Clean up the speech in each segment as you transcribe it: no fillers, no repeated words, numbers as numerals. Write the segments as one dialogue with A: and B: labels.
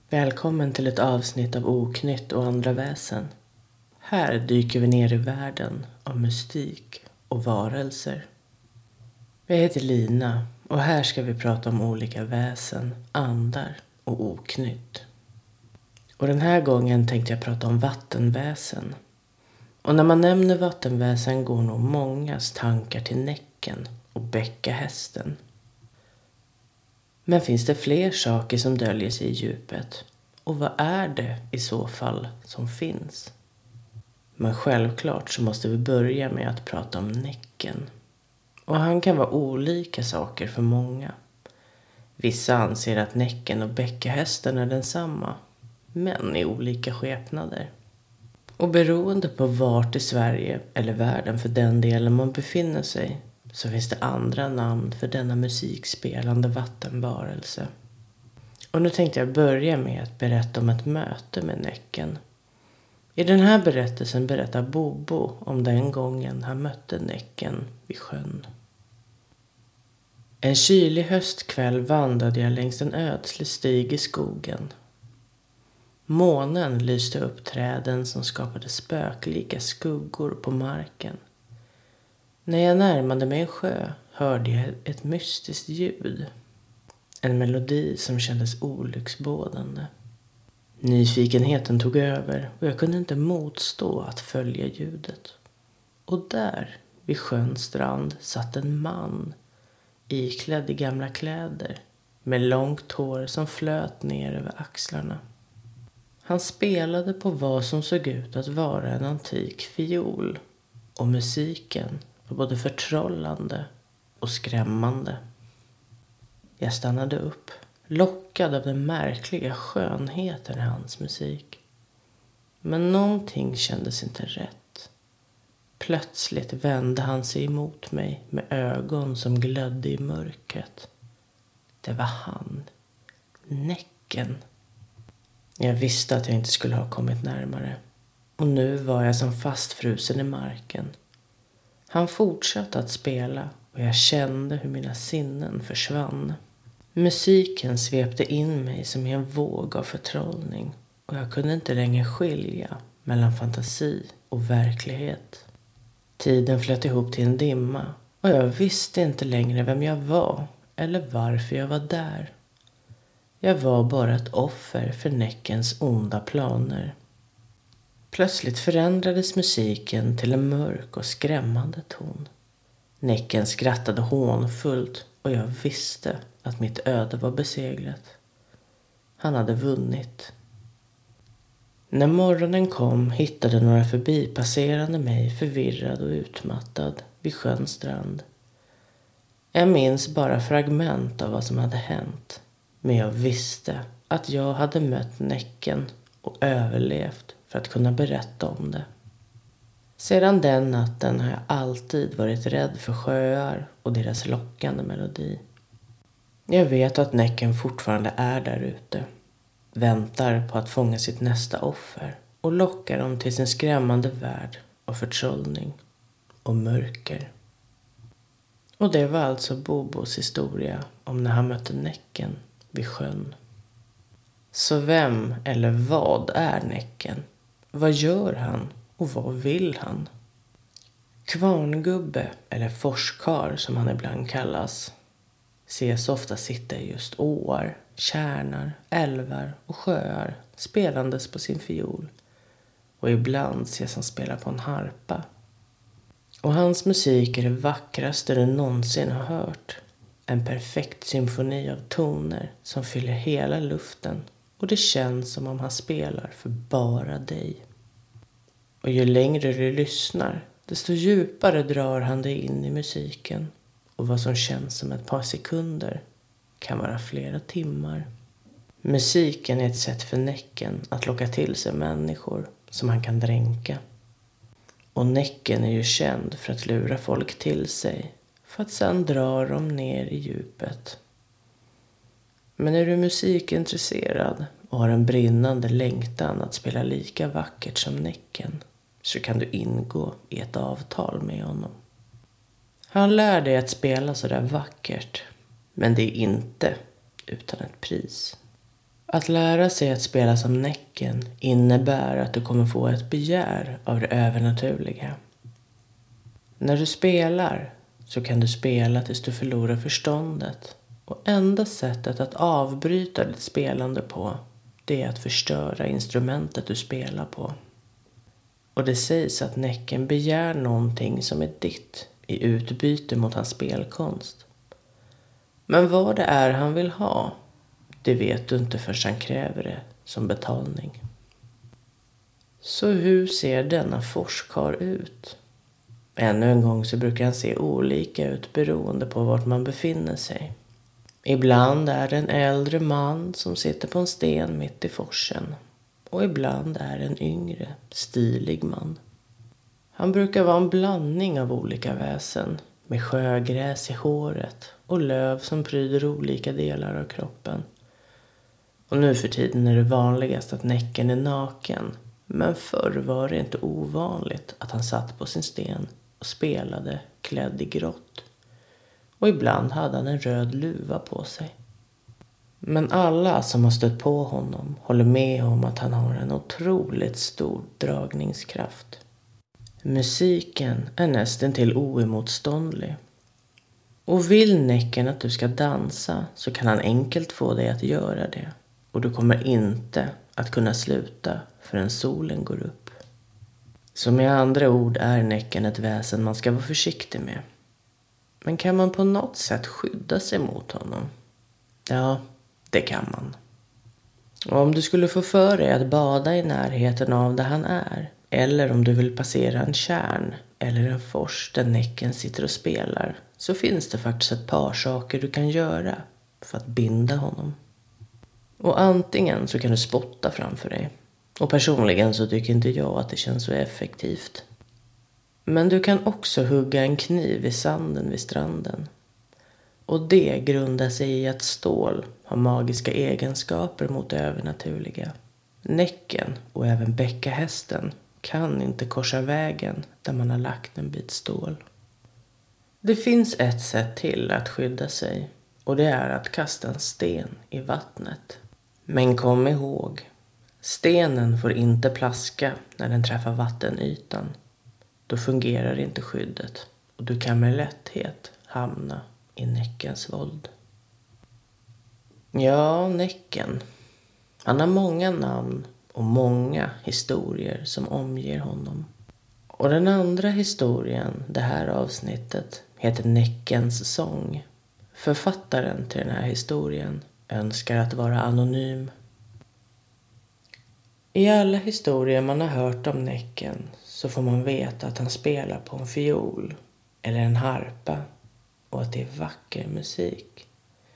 A: Välkommen till ett avsnitt av Oknytt och andra väsen. Här dyker vi ner i världen av mystik och varelser. Jag heter Lina och här ska vi prata om olika väsen, andar och oknytt. Och den här gången tänkte jag prata om vattenväsen. Och när man nämner vattenväsen går nog mångas tankar till Näcken och bäckahästen. Men finns det fler saker som döljer sig i djupet? Och vad är det i så fall som finns? Men självklart så måste vi börja med att prata om Näcken. Och han kan vara olika saker för många. Vissa anser att Näcken och bäckahästen är densamma, men i olika skepnader. Och beroende på vart i Sverige eller världen för den delen man befinner sig så finns det andra namn för denna musikspelande vattenvarelse. Och nu tänkte jag börja med att berätta om ett möte med Näcken. I den här berättelsen berättar Bobo om den gången han mötte Näcken vid sjön. En kylig höstkväll vandrade jag längs en ödslig stig i skogen. Månen lyste upp träden som skapade spöklika skuggor på marken. När jag närmade mig en sjö hörde jag ett mystiskt ljud. En melodi som kändes olycksbådande. Nyfikenheten tog över och jag kunde inte motstå att följa ljudet. Och där, vid sjöns strand, satt en man iklädd i gamla kläder med långt hår som flöt ner över axlarna. Han spelade på vad som såg ut att vara en antik fiol och musiken var både förtrollande och skrämmande. Jag stannade upp, lockad av den märkliga skönheten i hans musik. Men någonting kändes inte rätt. Plötsligt vände han sig emot mig med ögon som glödde i mörkret. Det var han, Näcken. Jag visste att jag inte skulle ha kommit närmare. Och nu var jag som fastfrusen i marken. Han fortsatte att spela och jag kände hur mina sinnen försvann. Musiken svepte in mig som i en våg av förtrollning och jag kunde inte längre skilja mellan fantasi och verklighet. Tiden flöt ihop till en dimma och jag visste inte längre vem jag var eller varför jag var där. Jag var bara ett offer för Näckens onda planer. Plötsligt förändrades musiken till en mörk och skrämmande ton. Näcken skrattade hånfullt och jag visste att mitt öde var beseglat. Han hade vunnit. När morgonen kom hittade några förbipasserande mig förvirrad och utmattad vid sjöns strand. Jag minns bara fragment av vad som hade hänt. Men jag visste att jag hade mött Näcken och överlevt för att kunna berätta om det. Sedan den natten har jag alltid varit rädd för sjöar och deras lockande melodi. Jag vet att Näcken fortfarande är där ute. Väntar på att fånga sitt nästa offer och lockar dem till sin skrämmande värld av förtrollning och mörker. Och det var alltså Bobos historia om när han mötte Näcken vid sjön. Så vem eller vad är Näcken? Vad gör han och vad vill han? Kvarngubbe eller forskar som han ibland kallas ses ofta sitta i just åar, kärnar, älvar och sjöar spelandes på sin fiol. Och ibland ses han spela på en harpa. Och hans musik är det vackraste du någonsin har hört. En perfekt symfoni av toner som fyller hela luften och det känns som om han spelar för bara dig. Och ju längre du lyssnar, desto djupare drar han dig in i musiken. Och vad som känns som ett par sekunder kan vara flera timmar. Musiken är ett sätt för Näcken att locka till sig människor som han kan dränka. Och Näcken är ju känd för att lura folk till sig för att sedan dra dem ner i djupet. Men är du musikintresserad och har en brinnande längtan att spela lika vackert som Näcken så kan du ingå i ett avtal med honom. Han lär dig att spela så där vackert, men det är inte utan ett pris. Att lära sig att spela som Näcken innebär att du kommer få ett begär av det övernaturliga. När du spelar så kan du spela tills du förlorar förståndet. Och enda sättet att avbryta ditt spelande på, det är att förstöra instrumentet du spelar på. Och det sägs att Näcken begär någonting som är ditt i utbyte mot hans spelkonst. Men vad det är han vill ha, det vet du inte förrän han kräver det som betalning. Så hur ser denna forskar ut? Ännu en gång så brukar han se olika ut beroende på vart man befinner sig. Ibland är det en äldre man som sitter på en sten mitt i forsen. Och ibland är det en yngre, stilig man. Han brukar vara en blandning av olika väsen. Med sjögräs i håret och löv som pryder olika delar av kroppen. Och nu för tiden är det vanligast att Näcken är naken. Men förr var det inte ovanligt att han satt på sin sten och spelade klädd i grått. Och ibland hade han en röd luva på sig. Men alla som har stött på honom håller med om att han har en otroligt stor dragningskraft. Musiken är nästan till oemotståndlig. Och vill Näcken att du ska dansa så kan han enkelt få dig att göra det. Och du kommer inte att kunna sluta förrän solen går upp. Så med andra ord är Näcken ett väsen man ska vara försiktig med. Men kan man på något sätt skydda sig mot honom? Ja, det kan man. Och om du skulle få för dig att bada i närheten av där han är, eller om du vill passera en tjärn eller en fors där Näcken sitter och spelar, så finns det faktiskt ett par saker du kan göra för att binda honom. Och antingen så kan du spotta framför dig. Och personligen så tycker inte jag att det känns så effektivt. Men du kan också hugga en kniv i sanden vid stranden. Och det grundar sig i att stål har magiska egenskaper mot det övernaturliga. Näcken och även bäckahästen kan inte korsa vägen där man har lagt en bit stål. Det finns ett sätt till att skydda sig, och det är att kasta en sten i vattnet. Men kom ihåg, stenen får inte plaska när den träffar vattenytan. Då fungerar inte skyddet och du kan med lätthet hamna i Näckens våld. Ja, Näcken. Han har många namn och många historier som omger honom. Och den andra historien, det här avsnittet, heter Näckens sång. Författaren till den här historien önskar att vara anonym. I alla historier man har hört om Näcken så får man veta att han spelar på en fiol eller en harpa och att det är vacker musik.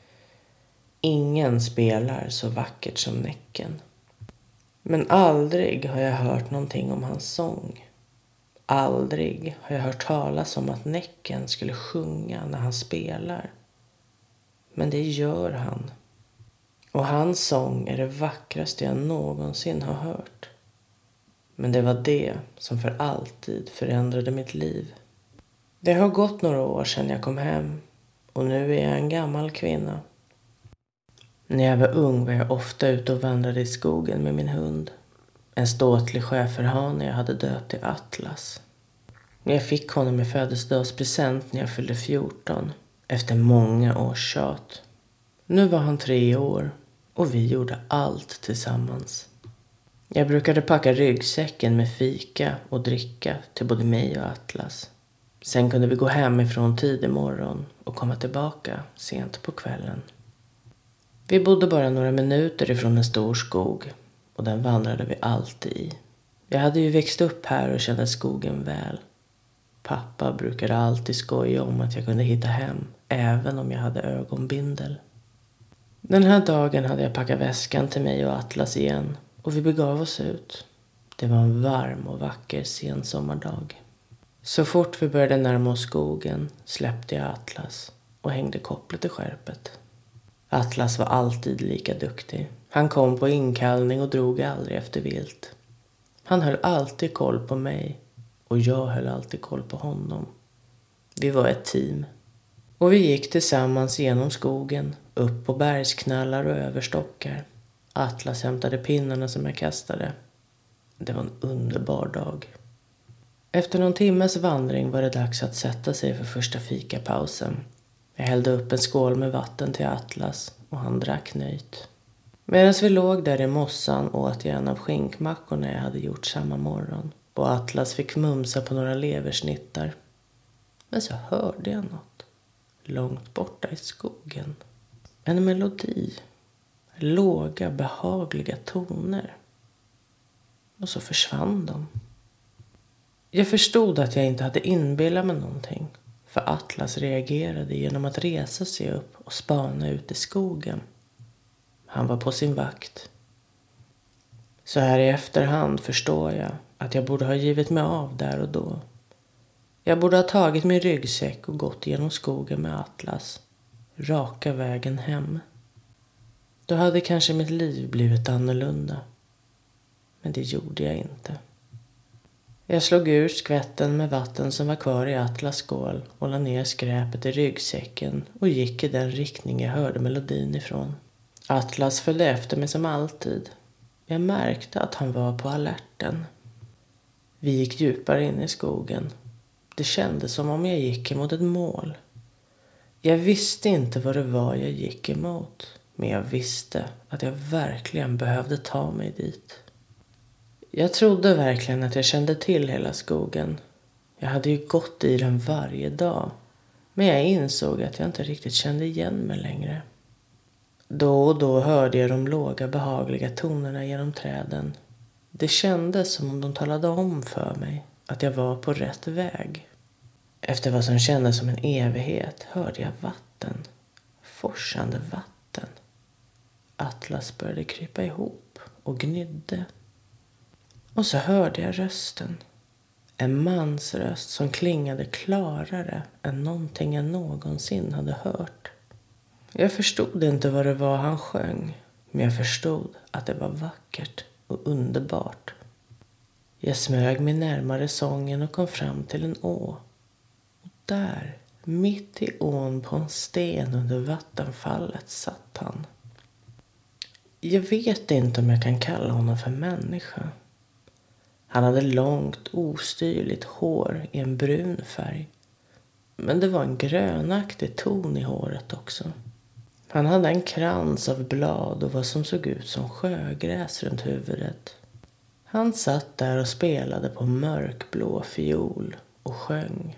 A: Ingen spelar så vackert som Näcken. Men aldrig har jag hört någonting om hans sång. Aldrig har jag hört talas om att Näcken skulle sjunga när han spelar. Men det gör han. Och hans sång är det vackraste jag någonsin har hört. Men det var det som för alltid förändrade mitt liv. Det har gått några år sedan jag kom hem och nu är jag en gammal kvinna. När jag var ung var jag ofta ute och vandrade i skogen med min hund. En ståtlig schäferhane jag hade döpt till Atlas. Jag fick honom i födelsedagspresent när jag fyllde 14 efter många års tjat. Nu var han 3 år och vi gjorde allt tillsammans. Jag brukade packa ryggsäcken med fika och dricka till både mig och Atlas. Sen kunde vi gå hemifrån tidig morgon och komma tillbaka sent på kvällen. Vi bodde bara några minuter ifrån en stor skog och den vandrade vi alltid i. Jag hade ju växt upp här och kände skogen väl. Pappa brukade alltid skoja om att jag kunde hitta hem även om jag hade ögonbindel. Den här dagen hade jag packat väskan till mig och Atlas igen och vi begav oss ut. Det var en varm och vacker sensommardag. Så fort vi började närma oss skogen släppte jag Atlas och hängde kopplet i skärpet. Atlas var alltid lika duktig. Han kom på inkallning och drog aldrig efter vilt. Han höll alltid koll på mig och jag höll alltid koll på honom. Vi var ett team. Och vi gick tillsammans genom skogen, upp på bergsknallar och över stockar. Atlas hämtade pinnarna som jag kastade. Det var en underbar dag. Efter någon timmes vandring var det dags att sätta sig för första fikapausen. Jag hällde upp en skål med vatten till Atlas och han drack nöjt. Medan vi låg där i mossan åt jag en av skinkmackorna jag hade gjort samma morgon. Och Atlas fick mumsa på några leversnittar. Men så hörde jag något. Långt borta i skogen. En melodi. Låga, behagliga toner. Och så försvann de. Jag förstod att jag inte hade inbillat mig någonting. För Atlas reagerade genom att resa sig upp och spana ut i skogen. Han var på sin vakt. Så här i efterhand förstår jag att jag borde ha givit mig av där och då. Jag borde ha tagit min ryggsäck och gått genom skogen med Atlas. Raka vägen hem. Då hade kanske mitt liv blivit annorlunda. Men det gjorde jag inte. Jag slog ur skvätten med vatten som var kvar i Atlas skål och la ner skräpet i ryggsäcken och gick i den riktning jag hörde melodin ifrån. Atlas följde efter mig som alltid. Jag märkte att han var på alerten. Vi gick djupare in i skogen. Det kändes som om jag gick emot ett mål. Jag visste inte vad det var jag gick emot. Men jag visste att jag verkligen behövde ta mig dit. Jag trodde verkligen att jag kände till hela skogen. Jag hade ju gått i den varje dag. Men jag insåg att jag inte riktigt kände igen mig längre. Då och då hörde jag de låga behagliga tonerna genom träden. Det kändes som om de talade om för mig att jag var på rätt väg. Efter vad som kändes som en evighet hörde jag vatten. Forsande vatten. Atlas började krypa ihop och gnydde. Och så hörde jag rösten. En mans röst som klingade klarare än någonting jag någonsin hade hört. Jag förstod inte vad det var han sjöng, men jag förstod att det var vackert och underbart. Jag smög mig närmare sången och kom fram till en å. Och där, mitt i ån på en sten under vattenfallet, satt han. Jag vet inte om jag kan kalla honom för människa. Han hade långt, ostyrligt hår i en brun färg. Men det var en grönaktig ton i håret också. Han hade en krans av blad och vad som såg ut som sjögräs runt huvudet. Han satt där och spelade på mörkblå fiol och sjöng.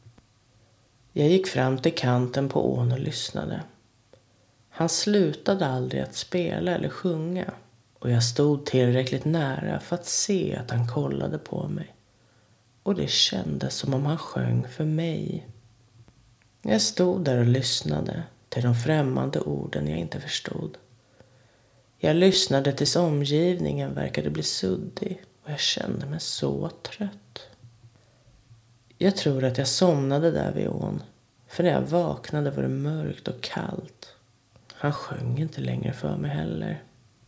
A: Jag gick fram till kanten på ån och lyssnade. Han slutade aldrig att spela eller sjunga. Och jag stod tillräckligt nära för att se att han kollade på mig. Och det kändes som om han sjöng för mig. Jag stod där och lyssnade till de främmande orden jag inte förstod. Jag lyssnade tills omgivningen verkade bli suddig och jag kände mig så trött. Jag tror att jag somnade där vid ån, för när jag vaknade var det mörkt och kallt. Han sjöng inte längre för mig heller.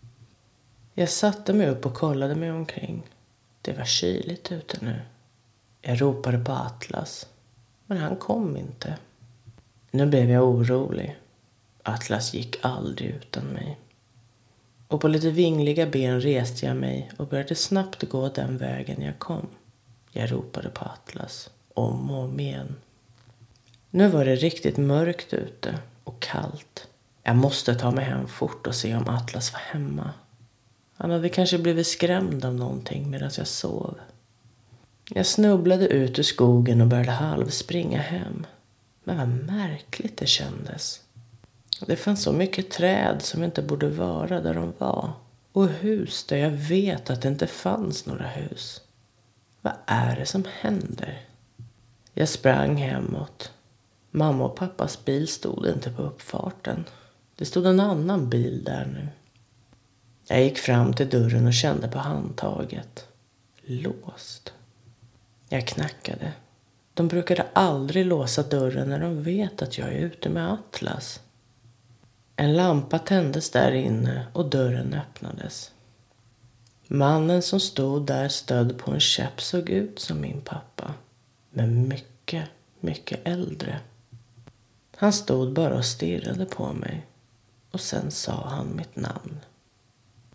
A: Jag satte mig upp och kollade mig omkring. Det var kyligt ute nu. Jag ropade på Atlas, men han kom inte. Nu blev jag orolig. Atlas gick aldrig utan mig. Och på lite vingliga ben reste jag mig och började snabbt gå den vägen jag kom. Jag ropade på Atlas, om och om igen. Nu var det riktigt mörkt ute och kallt. Jag måste ta mig hem fort och se om Atlas var hemma. Han hade kanske blivit skrämd av någonting medan jag sov. Jag snubblade ut ur skogen och började halvspringa hem. Men vad märkligt det kändes. Det fanns så mycket träd som inte borde vara där de var. Och hus där jag vet att det inte fanns några hus. Vad är det som händer? Jag sprang hemåt. Mamma och pappas bil stod inte på uppfarten. Det stod en annan bil där nu. Jag gick fram till dörren och kände på handtaget. Låst. Jag knackade. De brukade aldrig låsa dörren när de vet att jag är ute med Atlas. En lampa tändes där inne och dörren öppnades. Mannen som stod där stödd på en käpp såg ut som min pappa. Men mycket, mycket äldre. Han stod bara och stirrade på mig. Och sen sa han mitt namn.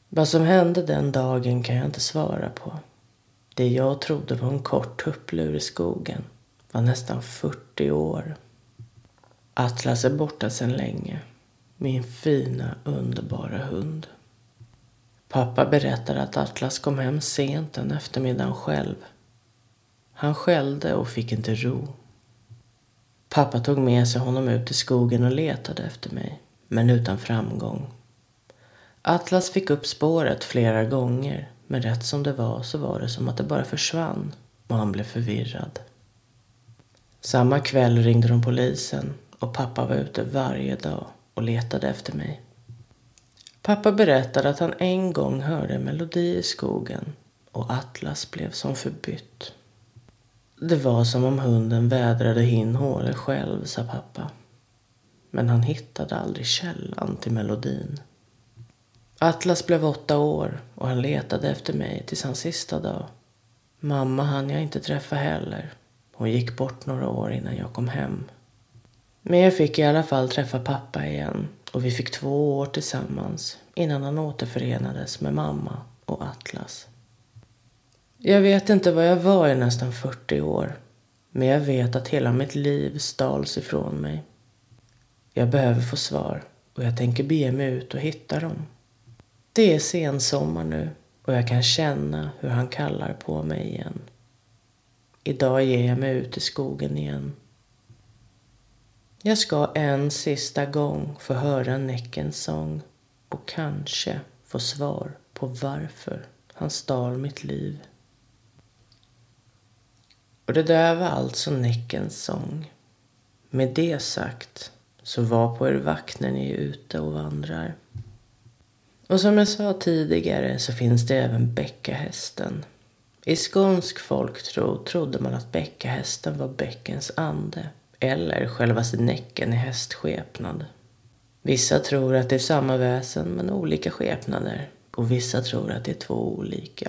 A: Vad som hände den dagen kan jag inte svara på. Det jag trodde var en kort tupplur i skogen var nästan 40 år. Atlas är borta sedan länge. Min fina, underbara hund. Pappa berättade att Atlas kom hem sent den eftermiddagen själv. Han skällde och fick inte ro. Pappa tog med sig honom ut i skogen och letade efter mig, men utan framgång. Atlas fick upp spåret flera gånger, men rätt som det var så var det som att det bara försvann och han blev förvirrad. Samma kväll ringde de polisen och pappa var ute varje dag och letade efter mig. Pappa berättade att han en gång hörde en melodi i skogen och Atlas blev som förbytt. Det var som om hunden vädrade in hålet själv, sa pappa. Men han hittade aldrig källan till melodin. Atlas blev 8 år och han letade efter mig tills hans sista dag. Mamma hann jag inte träffa heller. Hon gick bort några år innan jag kom hem. Men jag fick i alla fall träffa pappa igen och vi fick 2 år tillsammans innan han återförenades med mamma och Atlas. Jag vet inte vad jag var i nästan 40 år, men jag vet att hela mitt liv stals ifrån mig. Jag behöver få svar och jag tänker bege mig ut och hitta dem. Det är sensommar nu och jag kan känna hur han kallar på mig igen. Idag ger jag mig ut i skogen igen. Jag ska en sista gång få höra Näckens sång och kanske få svar på varför han stal mitt liv. Och det där var alltså Näckens sång. Med det sagt så var på er vakt när ni är ute och vandrar. Och som jag sa tidigare så finns det även bäckahästen. I skånsk folktro trodde man att bäckahästen var bäckens ande eller självaste Näcken i hästskepnad. Vissa tror att det är samma väsen men olika skepnader och vissa tror att det är 2 olika.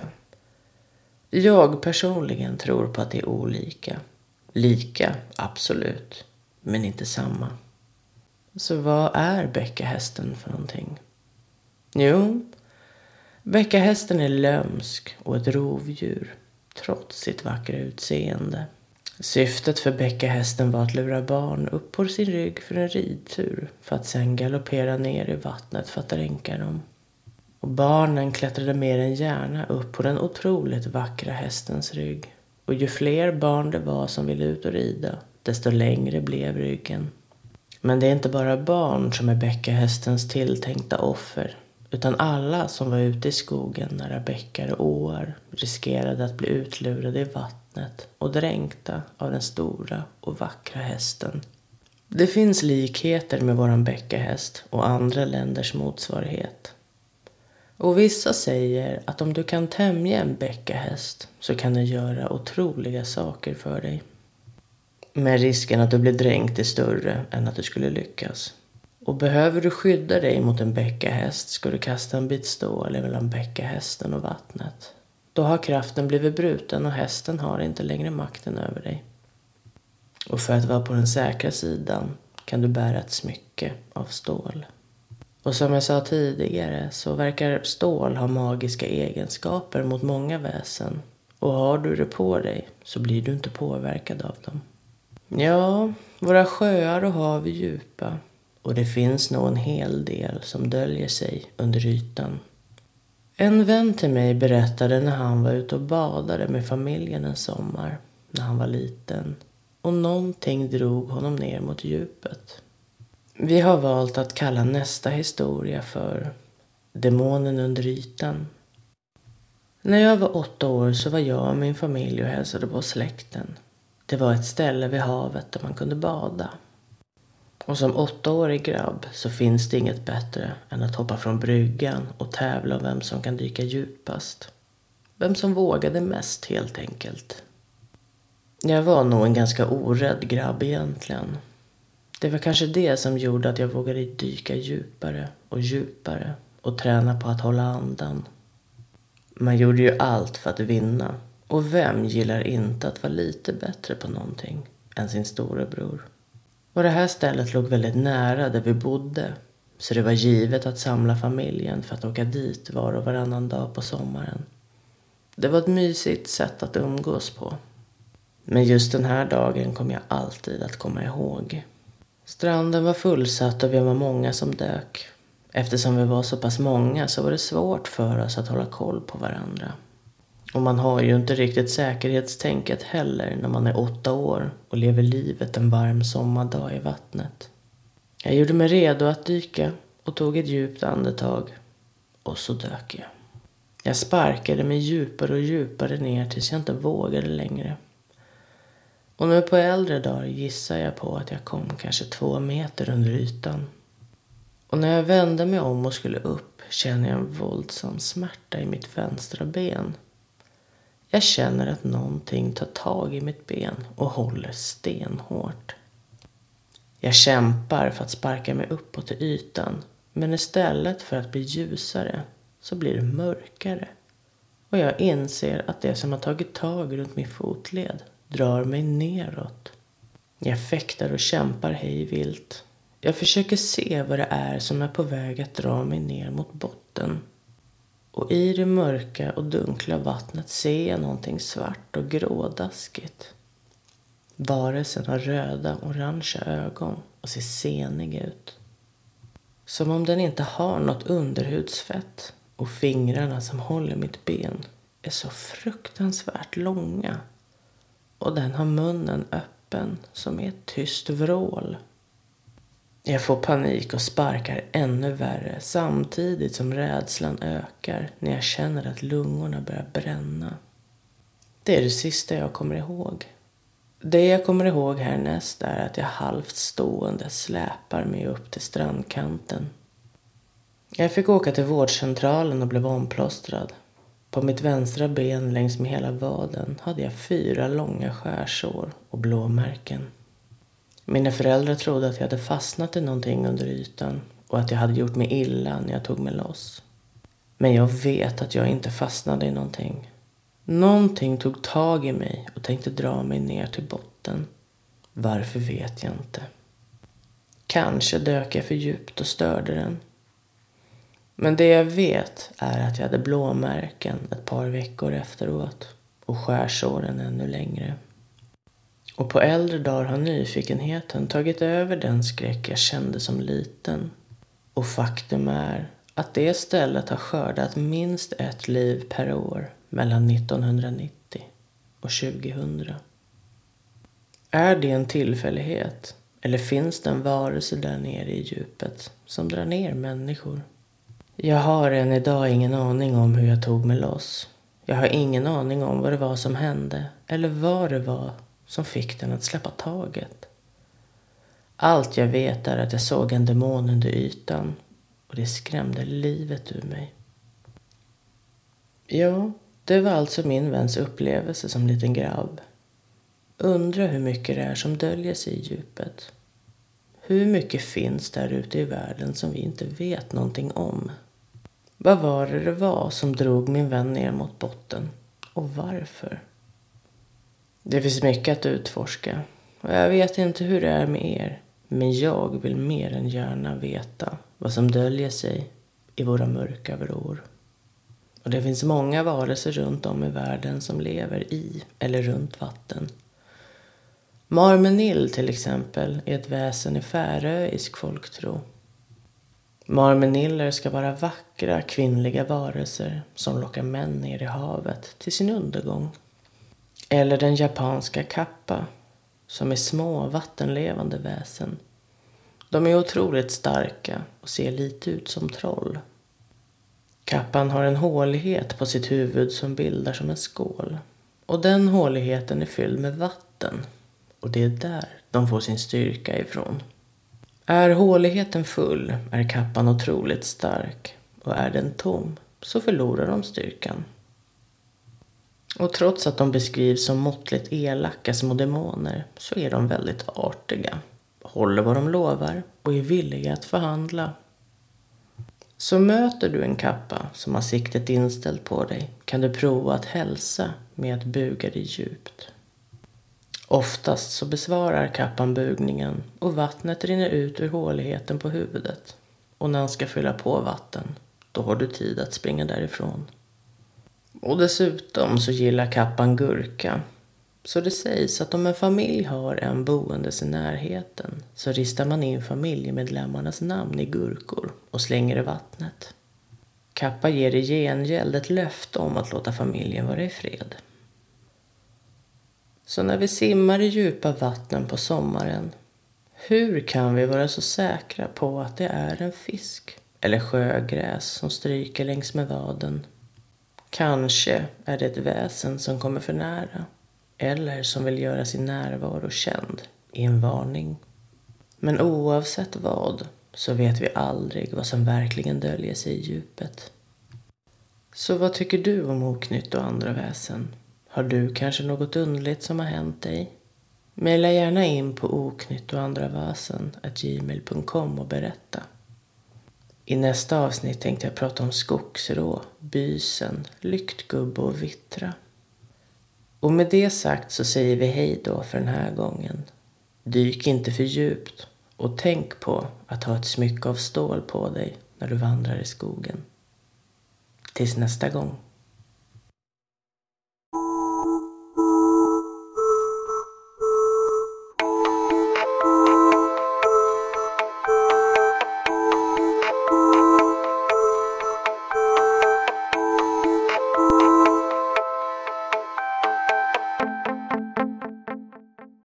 A: Jag personligen tror på att det är olika. Lika, absolut, men inte samma. Så vad är bäckahästen för någonting? Jo, bäckahästen är lömsk och ett rovdjur, trots sitt vackra utseende. Syftet för bäckahästen var att lura barn upp på sin rygg för en ridtur för att sedan galoppera ner i vattnet för att dränka dem. Och barnen klättrade mer än gärna upp på den otroligt vackra hästens rygg. Och ju fler barn det var som ville ut och rida, desto längre blev ryggen. Men det är inte bara barn som är bäckahästens tilltänkta offer, utan alla som var ute i skogen nära bäckar och åar riskerade att bli utlurade i vattnet och dränkta av den stora och vackra hästen. Det finns likheter med våran bäckahäst och andra länders motsvarighet. Och vissa säger att om du kan tämja en bäckahäst så kan den göra otroliga saker för dig. Men risken att du blir dränkt är större än att du skulle lyckas. Och behöver du skydda dig mot en bäckahäst ska du kasta en bit stål mellan bäckahästen och vattnet. Då har kraften blivit bruten och hästen har inte längre makten över dig. Och för att vara på den säkra sidan kan du bära ett smycke av stål. Och som jag sa tidigare så verkar stål ha magiska egenskaper mot många väsen. Och har du det på dig så blir du inte påverkad av dem. Ja, våra sjöar och hav är djupa. Och det finns nog en hel del som döljer sig under ytan. En vän till mig berättade när han var ute och badade med familjen en sommar. När han var liten. Och någonting drog honom ner mot djupet. Vi har valt att kalla nästa historia för Demonen under ytan. När jag var 8 år så var jag och min familj och hälsade på släkten. Det var ett ställe vid havet där man kunde bada. Och som 8-årig grabb så finns det inget bättre än att hoppa från bryggan och tävla om vem som kan dyka djupast. Vem som vågade mest helt enkelt. Jag var nog en ganska orädd grabb egentligen. Det var kanske det som gjorde att jag vågade dyka djupare och träna på att hålla andan. Man gjorde ju allt för att vinna. Och vem gillar inte att vara lite bättre på någonting än sin storebror? Och det här stället låg väldigt nära där vi bodde. Så det var givet att samla familjen för att åka dit var och varannan dag på sommaren. Det var ett mysigt sätt att umgås på. Men just den här dagen kom jag alltid att komma ihåg. Stranden var fullsatt och vi var många som dök. Eftersom vi var så pass många så var det svårt för oss att hålla koll på varandra. Och man har ju inte riktigt säkerhetstänket heller när man är 8 år och lever livet en varm sommardag i vattnet. Jag gjorde mig redo att dyka och tog ett djupt andetag. Och så dök jag. Jag sparkade mig djupare och djupare ner tills jag inte vågade längre. Och nu på äldre dagar gissar jag på att jag kom kanske 2 meter under ytan. Och när jag vände mig om och skulle upp känner jag en våldsam smärta i mitt vänstra ben. Jag känner att någonting tar tag i mitt ben och håller stenhårt. Jag kämpar för att sparka mig uppåt till ytan, men istället för att bli ljusare så blir det mörkare. Och jag inser att det som har tagit tag runt min fotled drar mig neråt. Jag fäktar och kämpar hej vilt. Jag försöker se vad det är som är på väg att dra mig ner mot botten. Och i det mörka och dunkla vattnet ser jag någonting svart och grådaskigt. Varelsen har röda, orangea ögon och ser senig ut. Som om den inte har något underhudsfett, och fingrarna som håller mitt ben är så fruktansvärt långa. Och den har munnen öppen som är ett tyst vrål. Jag får panik och sparkar ännu värre samtidigt som rädslan ökar när jag känner att lungorna börjar bränna. Det är det sista jag kommer ihåg. Det jag kommer ihåg härnäst är att jag halvt stående släpar mig upp till strandkanten. Jag fick åka till vårdcentralen och blev omplåstrad. På mitt vänstra ben längs med hela vaden hade jag 4 långa skärsår och blåmärken. Mina föräldrar trodde att jag hade fastnat i någonting under ytan och att jag hade gjort mig illa när jag tog mig loss. Men jag vet att jag inte fastnade i någonting. Någonting tog tag i mig och tänkte dra mig ner till botten. Varför vet jag inte. Kanske dök jag för djupt och störde den. Men det jag vet är att jag hade blåmärken ett par veckor efteråt och skärsåren ännu längre. Och på äldre dagar har nyfikenheten tagit över den skräck jag kände som liten. Och faktum är att det stället har skördat minst ett liv per år mellan 1990 och 2000. Är det en tillfällighet eller finns det en varelse där nere i djupet som drar ner människor? Jag har än idag ingen aning om hur jag tog mig loss. Jag har ingen aning om vad det var som hände eller vad det var som fick den att släppa taget. Allt jag vet är att jag såg en demon under ytan och det skrämde livet ur mig. Ja, det var alltså min väns upplevelse som liten grabb. Undrar hur mycket det är som döljer sig i djupet. Hur mycket finns där ute i världen som vi inte vet någonting om? Vad var det var som drog min vän ner mot botten? Och varför? Det finns mycket att utforska. Och jag vet inte hur det är med er. Men jag vill mer än gärna veta vad som döljer sig i våra mörka vrår. Och det finns många varelser runt om i världen som lever i eller runt vatten. Marmenil till exempel är ett väsen i färöisk folktro. Marmeniller ska vara vackra kvinnliga varelser som lockar män ner i havet till sin undergång. Eller den japanska kappa som är små vattenlevande väsen. De är otroligt starka och ser lite ut som troll. Kappan har en hålighet på sitt huvud som bildar som en skål. Och den håligheten är fylld med vatten. Och det är där de får sin styrka ifrån. Är håligheten full är kappan otroligt stark. Och är den tom så förlorar de styrkan. Och trots att de beskrivs som måttligt elaka små demoner så är de väldigt artiga. Håller vad de lovar och är villiga att förhandla. Så möter du en kappa som har siktet inställt på dig kan du prova att hälsa med att buga dig djupt. Oftast så besvarar kappan bugningen och vattnet rinner ut ur håligheten på huvudet. Och när han ska fylla på vatten, då har du tid att springa därifrån. Och dessutom så gillar kappan gurka. Så det sägs att om en familj har en boendes i närheten så ristar man in familjemedlemmarnas namn i gurkor och slänger i vattnet. Kappa ger i gengäld ett löfte om att låta familjen vara i fred. Så när vi simmar i djupa vatten på sommaren, hur kan vi vara så säkra på att det är en fisk eller sjögräs som stryker längs med vaden? Kanske är det ett väsen som kommer för nära eller som vill göra sin närvaro känd i en varning. Men oavsett vad så vet vi aldrig vad som verkligen döljer sig i djupet. Så vad tycker du om oknytt och andra väsen? Har du kanske något underligt som har hänt dig? Maila gärna in på oknyttoandravasen@gmail.com och berätta. I nästa avsnitt tänkte jag prata om skogsrå, bysen, lyktgubbe och vittra. Och med det sagt så säger vi hej då för den här gången. Dyk inte för djupt och tänk på att ha ett smycke av stål på dig när du vandrar i skogen. Tills nästa gång.